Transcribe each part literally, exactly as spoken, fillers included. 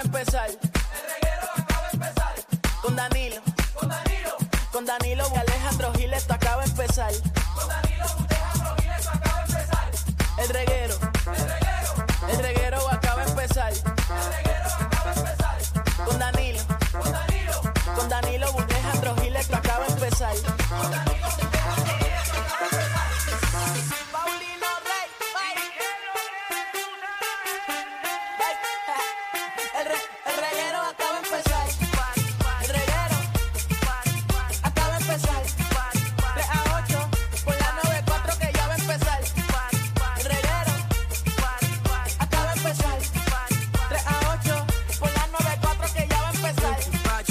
empezar. El reguero acaba de empezar. Con Danilo, con Danilo, con Danilo y Alejandro Gil, esto acaba de empezar. Con Danilo, Alejandro Gil, esto acaba de empezar. El reguero, el reguero, el reguero acaba de empezar. El reguero acaba de empezar. Con Danilo, con Danilo, con Danilo, Alejandro Gil, esto acaba de empezar. Con Danilo, Alejandro Gil, esto acaba de empezar. Paulino Rey, el, re, el reguero acaba de empezar. El reguero acaba de empezar. tres a ocho por la noventa y cuatro que ya va a empezar. El reguero acaba de empezar. tres a ocho por la noventa y cuatro que ya va a empezar.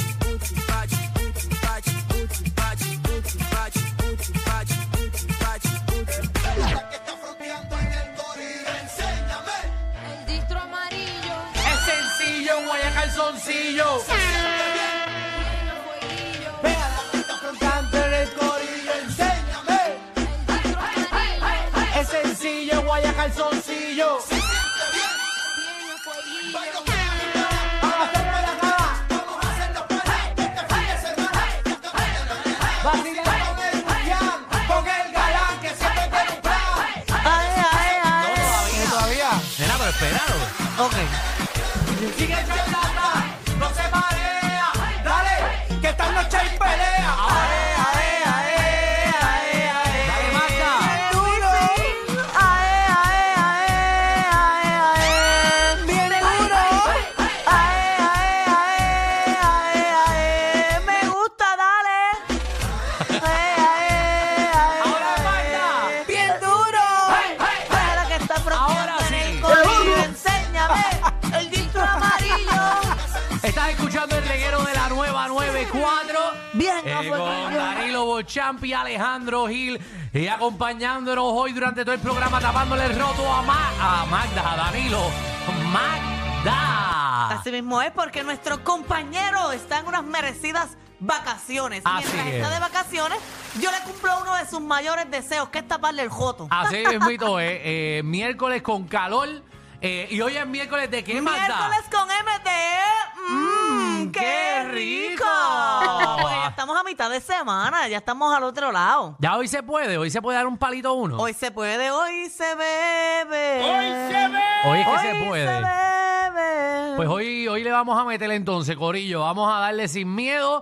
El distro amarillo. Es sencillo, guaya calzoncillo. Afrontando en el corillo, enséñame. El distro amarillo. Es sencillo, guaya calzoncillo. Tiene fueguillo. Vamos a hacerlo de acá. Vamos a hacerlo para este fin de semana. Vacila con el Julián, con el galán que siempre tiene un plan. Ay, ay, ay. ¿Qué todavía? Nena, pero espéralo. Ok. Sigue charlata, no se marea. Dale, que esta noche hay pelea. Ae, ae, ae, ae, ae. Dale, Magda. Duro. Ay, ay, ay, ay, ay. Bien duro. Ay, ay, ay, ay, ay. Me gusta, dale. Ay, ay, ay, Ahora, ay. Magda. Bien duro. Hey, hey, hey. Para que está Ahora fronteando en sí. el corillo. Enséñame el distro amarillo. Estás escuchando el reguero de la nueva noventa y cuatro. Bien, Eh, afuera. con Danilo Bochampi, Alejandro Gil y acompañándonos hoy durante todo el programa, tapándole el roto a, Ma- a Magda, a Danilo. Magda. Así mismo es, porque nuestro compañero está en unas merecidas vacaciones. Así Mientras es. está de vacaciones, yo le cumplo uno de sus mayores deseos, que es taparle el joto. Así mismito, eh, eh, miércoles con calor. eh, y hoy es miércoles de qué, Magda. Miércoles con M T E. ¡Mmm! ¡Qué, qué rico! rico. Porque ya estamos a mitad de semana, ya estamos al otro lado. Ya hoy se puede, hoy se puede dar un palito uno. Hoy se puede, hoy se bebe. Hoy se ve. Hoy es que Hoy se puede. se bebe. Pues hoy, hoy le vamos a meter entonces, corillo. Vamos a darle sin miedo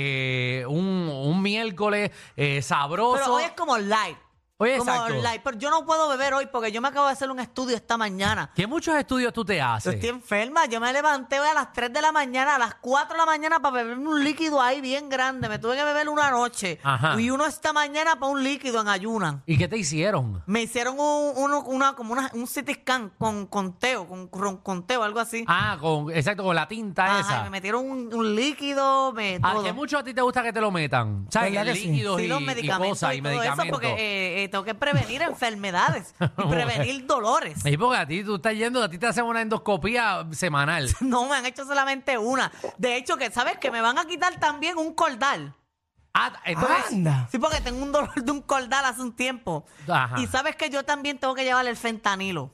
eh, un, un miércoles eh, sabroso. Pero hoy es como light. Hoy es como exacto. light. Pero yo no puedo beber hoy porque yo me acabo de hacer un estudio esta mañana. ¿Qué muchos estudios tú te Yo haces? estoy enferma. Yo me levanté hoy a las tres de la mañana, a las cuatro de la mañana para beberme un líquido ahí bien grande. Me tuve que beber una noche. Ajá. Y uno esta mañana para un líquido en ayunas. ¿Y qué te hicieron? Me hicieron un, uno, una, como una, un C T scan con conteo, con, con conteo, algo así. Ah, con, exacto, con la tinta Ajá, y esa. me metieron un, un líquido, me, ¿A todo. qué mucho a ti te gusta que te lo metan? ¿Sabes? ¿Verdad que sí? Líquidos Sí, y, los y medicamentos cosas y, y todo eso, medicamentos. porque eh, eh, tengo que prevenir enfermedades y prevenir dolores. Sí, porque a ti tú estás yendo, a ti te hacen una endoscopía semanal. No, me han hecho solamente una. De hecho, que sabes que me van a quitar también un cordal. Ah, entonces... Anda. Sí, porque tengo un dolor de un cordal hace un tiempo. Ajá. Y sabes que yo también tengo que llevar el fentanilo.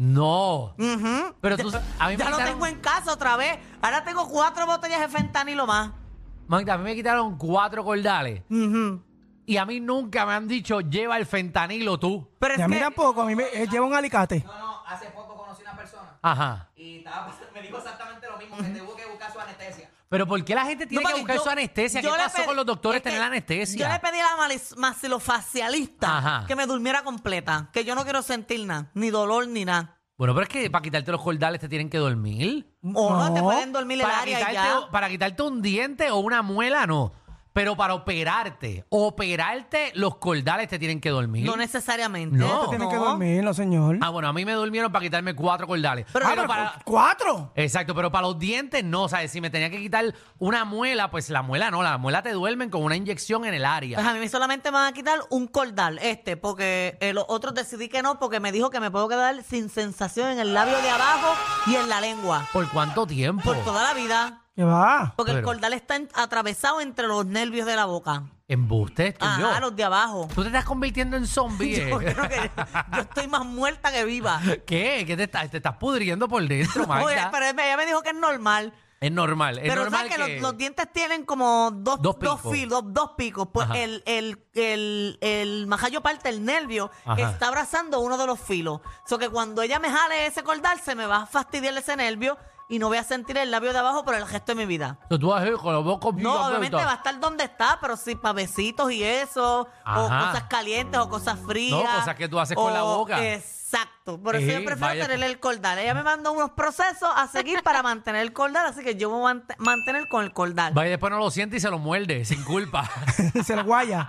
No. Ujú. Pero ya, tú... A mí me ya lo quitaron- tengo en casa otra vez. Ahora tengo cuatro botellas de fentanilo más. Magda, a mí me quitaron cuatro cordales. Ujú. Y a mí nunca me han dicho, lleva el fentanilo tú. Pero es Y a mí que... tampoco, a mí me eh, lleva un alicate. No, no, hace poco conocí una persona Ajá. y estaba pasando- me dijo exactamente lo mismo, que tuvo que buscar su anestesia. Pero ¿por qué la gente tiene No, que porque buscar yo- su anestesia? ¿Qué yo le pasó pedí- con los doctores es que tener la anestesia? Yo le pedí a la malis- maxilofacialista Ajá. que me durmiera completa. Que yo no quiero sentir nada, ni dolor, ni nada. Bueno, pero es que para quitarte los cordales te tienen que dormir. O no, No. te pueden dormir el Para área y quitarte, ya. para quitarte un diente o una muela, no. Pero para operarte, operarte, los cordales te tienen que dormir. No necesariamente. No. Tiene que No. dormirlo, señor. Ah, bueno, a mí me durmieron para quitarme cuatro cordales. Pero- Ah, Pero pero para... ¿cuatro? Exacto, pero para los dientes no, ¿sabes? Si me tenía que quitar una muela, pues la muela no, la muela te duermen con una inyección en el área. Pues a mí solamente me van a quitar un cordal, este, porque eh, los otros decidí que no, porque me dijo que me puedo quedar sin sensación en el labio de abajo y en la lengua. ¿Por cuánto tiempo? Por toda la vida. ¿Qué va? Porque el Pero- cordal está en- atravesado entre los nervios de la boca. Embuste, esto Ajá, yo. los de abajo. Tú te estás convirtiendo en zombie. Yo eh. creo que yo estoy más muerta que viva. ¿Qué? ¿Qué te estás, te estás pudriendo por dentro, Oye, Magda? pero ella me dijo que es normal. Es normal. Es Pero normal sabes que, que... Los, los dientes tienen como dos, Dos dos, picos. fil- dos, dos picos. Pues Ajá. el, el, el, el majayo parte, el nervio, Ajá. está abrazando uno de los filos. O sea que cuando ella me jale ese cordal, se me va a fastidiar ese nervio y no voy a sentir el labio de abajo por el resto de mi vida. Tú vas a ir con los bocos bien No, abiertos. obviamente va a estar donde está, pero sí, para besitos y eso, Ajá. o cosas calientes o cosas frías. No, cosas que tú haces con la o- boca. Exacto. Por eso Sí, yo prefiero vaya. tener el cordal. Ella me mandó unos procesos a seguir para mantener el cordal, así que yo me voy a mant- mantener con el cordal. Va y después no lo siente y se lo muerde, sin culpa. Se lo guaya.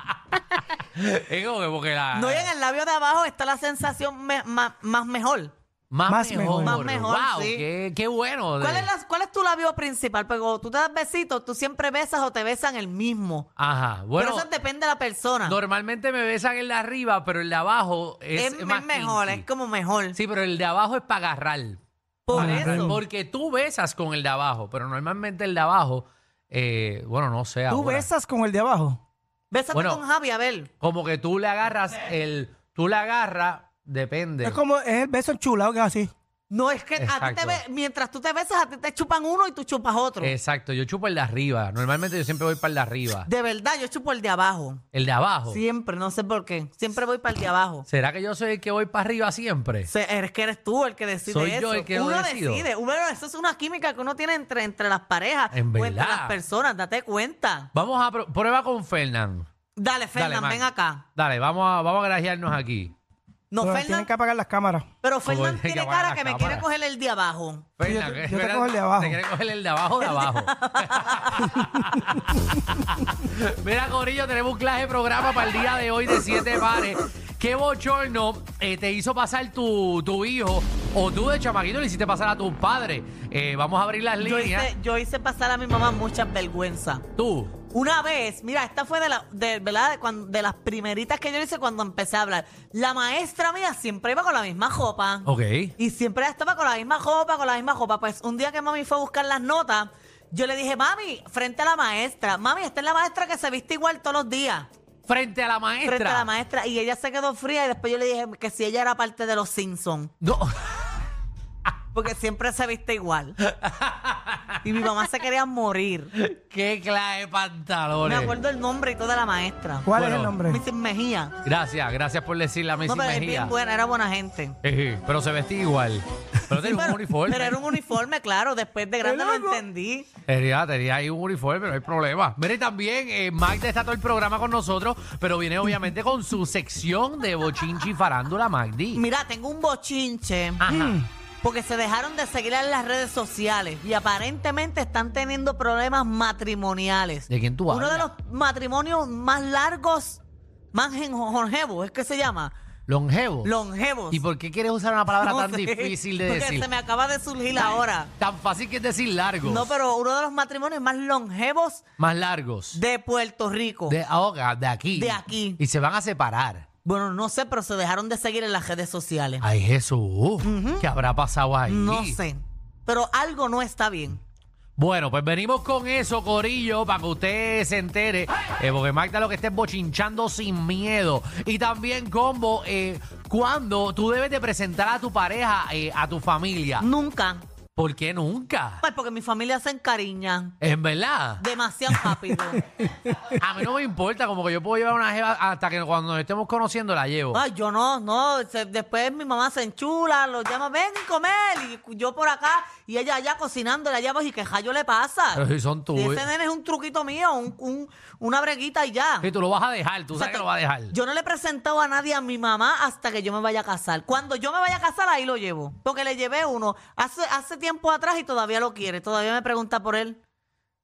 es como que porque la... No, y en el labio de abajo está la sensación me- ma- más mejor. Más, Más mejor. mejor. Más mejor, Wow, sí. qué, qué bueno. de- ¿Cuál es, la- ¿Cuál es tu labio principal? Porque cuando tú te das besitos, tú siempre besas o te besan el mismo. Ajá, bueno... pero eso depende de la persona. Normalmente me besan el de arriba, pero el de abajo es, es, es más mejor, kinky. es como mejor. Sí, pero el de abajo es para agarrar. Por Ah, eso. Porque tú besas con el de abajo, pero normalmente el de abajo, eh, bueno, no sé ¿Tú ahora. besas con el de abajo? Bésate Bueno. con Javi, a ver. Como que tú le agarras el... Tú le agarras, depende. Es como, es el beso enchulado que es así. No, es que a ti te Exacto. be- mientras tú te besas, a ti te chupan uno y tú chupas otro. Exacto, yo chupo el de arriba. Normalmente yo siempre voy para el de arriba. De verdad, yo chupo el de abajo. El de abajo. Siempre, no sé por qué. Siempre voy para el de abajo. ¿Será que yo soy el que voy para arriba siempre? Se- eres que eres tú el que decide Soy eso. yo el que lo uno decido. decide. Uno, eso es una química que uno tiene entre, entre las parejas En o entre verdad. las personas. Date cuenta. Vamos a... pro- Prueba con Fernán. Dale, Fernán, Mac. ven acá. Dale, vamos a, vamos a grajearnos aquí. No, Pero Fernán, tienen que apagar las cámaras. pero Como Fernán tiene que tiene apagar cara la que me cámara. quiere coger el de abajo. Fernan, yo- que- yo te Fernan cojo el de abajo. Te quiere coger el de abajo o de abajo. Mira, Corillo, tenemos un clase de programa para el día de hoy de siete pares. ¿Qué bochorno eh, te hizo pasar tu, tu hijo o tú de chamaquito le hiciste pasar a tus padres? Eh, vamos a abrir las Yo líneas. hice, yo hice pasar a mi mamá muchas vergüenzas. Tú. Una vez, mira, esta fue de, la, de, ¿verdad? de, cuando- de las primeritas que yo hice cuando empecé a hablar. La maestra mía siempre iba con la misma ropa. Ok. Y siempre estaba con la misma ropa, con la misma ropa. Pues un día que mami fue a buscar las notas, yo le dije, mami, frente a la maestra, mami, esta es la maestra que se viste igual todos los días. Frente a la maestra. Frente a la maestra. Y ella se quedó fría y después yo le dije que si ella era parte de los Simpsons. No. Porque siempre se viste igual. Y mi mamá se quería morir. Qué clase de pantalones. Me acuerdo el nombre y toda la maestra. ¿Cuál Bueno, es el nombre? missus Mejía. Gracias, gracias por decirle a Missy No, pero es Mejía. bien buena, era buena gente. Ejí, pero se vestía igual. Pero tenía un pero, uniforme. pero era un uniforme, claro. Después de grande lo El logo. entendí. Tenía, tenía ahí un uniforme, no hay problema. Mire, también eh, Magda está todo el programa con nosotros, pero viene obviamente con su sección de bochinchi y farándula, Magdi. Mira, tengo un bochinche. Ajá. Porque se dejaron de seguir en las redes sociales y aparentemente están teniendo problemas matrimoniales. ¿De quién tú Uno hablas? de los matrimonios más largos, más gen- longevos, es que se llama. Longevo. Longevos. ¿Y por qué quieres usar una palabra No tan sé, difícil de porque decir? se me acaba de surgir ahora. Tan fácil que es decir largos. No, pero uno de los matrimonios más longevos Más largos. de Puerto Rico. De ahora, de aquí. De aquí. Y se van a separar. Bueno, no sé, pero se dejaron de seguir en las redes sociales. Ay, Jesús. ¿Qué habrá pasado ahí? No sé. Pero algo no está bien. Bueno, pues venimos con eso, Corillo, para que usted se entere. Eh, porque Magda lo que esté es bochinchando sin miedo. Y también, Combo, eh, cuando tú debes de presentar a tu pareja, eh, a tu familia. Nunca. ¿Por qué nunca? Pues porque mi familia se encariña En verdad. demasiado rápido. A mí no me importa, como que yo puedo llevar una jeva hasta que cuando nos estemos conociendo la llevo. Ay, yo no, no. se- después mi mamá se enchula, los llama, ven y comer. Y yo por acá y ella allá cocinando, la llamo y que rayo le pasa. Pero si son Y tuyos. ese nene es un truquito mío, un, un- una breguita y ya. Sí, tú lo vas a dejar, tú O sea, sabes que lo vas a dejar. Yo no le he presentado a nadie a mi mamá hasta que yo me vaya a casar. Cuando yo me vaya a casar, ahí lo llevo. Porque le llevé uno hace, hace tiempo atrás y todavía lo quiere. Todavía me pregunta por él.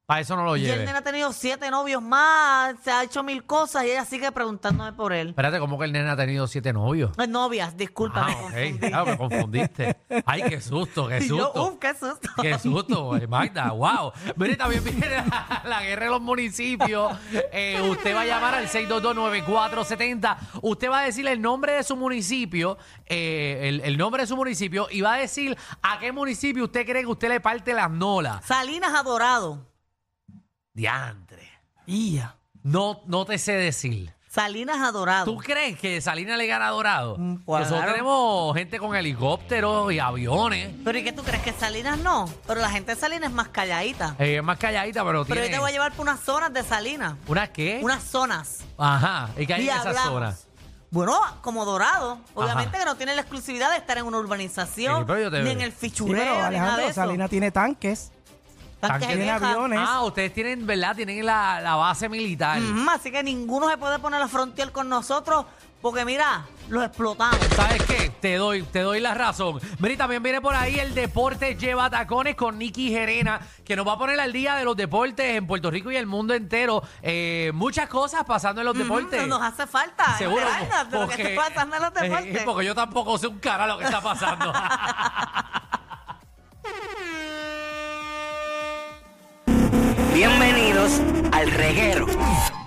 Para eso no lo Y el lleve. nene ha tenido siete novios más, se ha hecho mil cosas y ella sigue preguntándome por él. Espérate, ¿cómo que el nene ha tenido siete novios? No, novias, disculpa, Ah, me ok. confundí. Claro, me confundiste. Ay, qué susto, qué Y yo, susto. uf, qué susto. Qué susto, eh, Magda, wow. Mire, también viene la, la guerra de los municipios. Eh, usted va a llamar al seis dos dos, nueve cuatro siete cero. Usted va a decir el nombre de su municipio, eh, el, el nombre de su municipio, y va a decir a qué municipio usted cree que usted le parte las nolas. Salinas Adorado. Diantre. Ya. No, no te sé decir. Salinas Adorado. ¿Tú crees que Salinas le gana a Dorado? Mm, pues, Nosotros claro. tenemos gente con helicópteros y aviones. Pero ¿y qué tú crees? Que Salinas no. Pero la gente de Salinas es más calladita. Eh, es más calladita, pero, Pero yo tiene... te voy a llevar por unas zonas de Salinas. ¿Unas qué? Unas zonas. Ajá. ¿Y qué hay Y en esas hablamos. zonas? Bueno, como Dorado. Obviamente Ajá. que no tiene la exclusividad de estar en una urbanización, Sí, pero yo te ni veo. en el Sí, fichureo, pero ni nada de Alejandro, eso. Salinas tiene tanques, Tanques de tiene vieja. aviones. Ah, ustedes tienen, ¿verdad? Tienen la, la base militar. Ujú, así que ninguno se puede poner a frontear con nosotros porque, mira, los explotamos. ¿Sabes qué? Te doy, te doy la razón. Mira, y también viene por ahí el Deporte Lleva Tacones con Nicky Gerena, que nos va a poner al día de los deportes en Puerto Rico y el mundo entero. Eh, muchas cosas pasando en los deportes. Ujú, nos hace falta. Seguro. enterarnos de lo que está pasando en los eh, deportes. porque yo tampoco sé un cara lo que está pasando. Bienvenidos al reguero.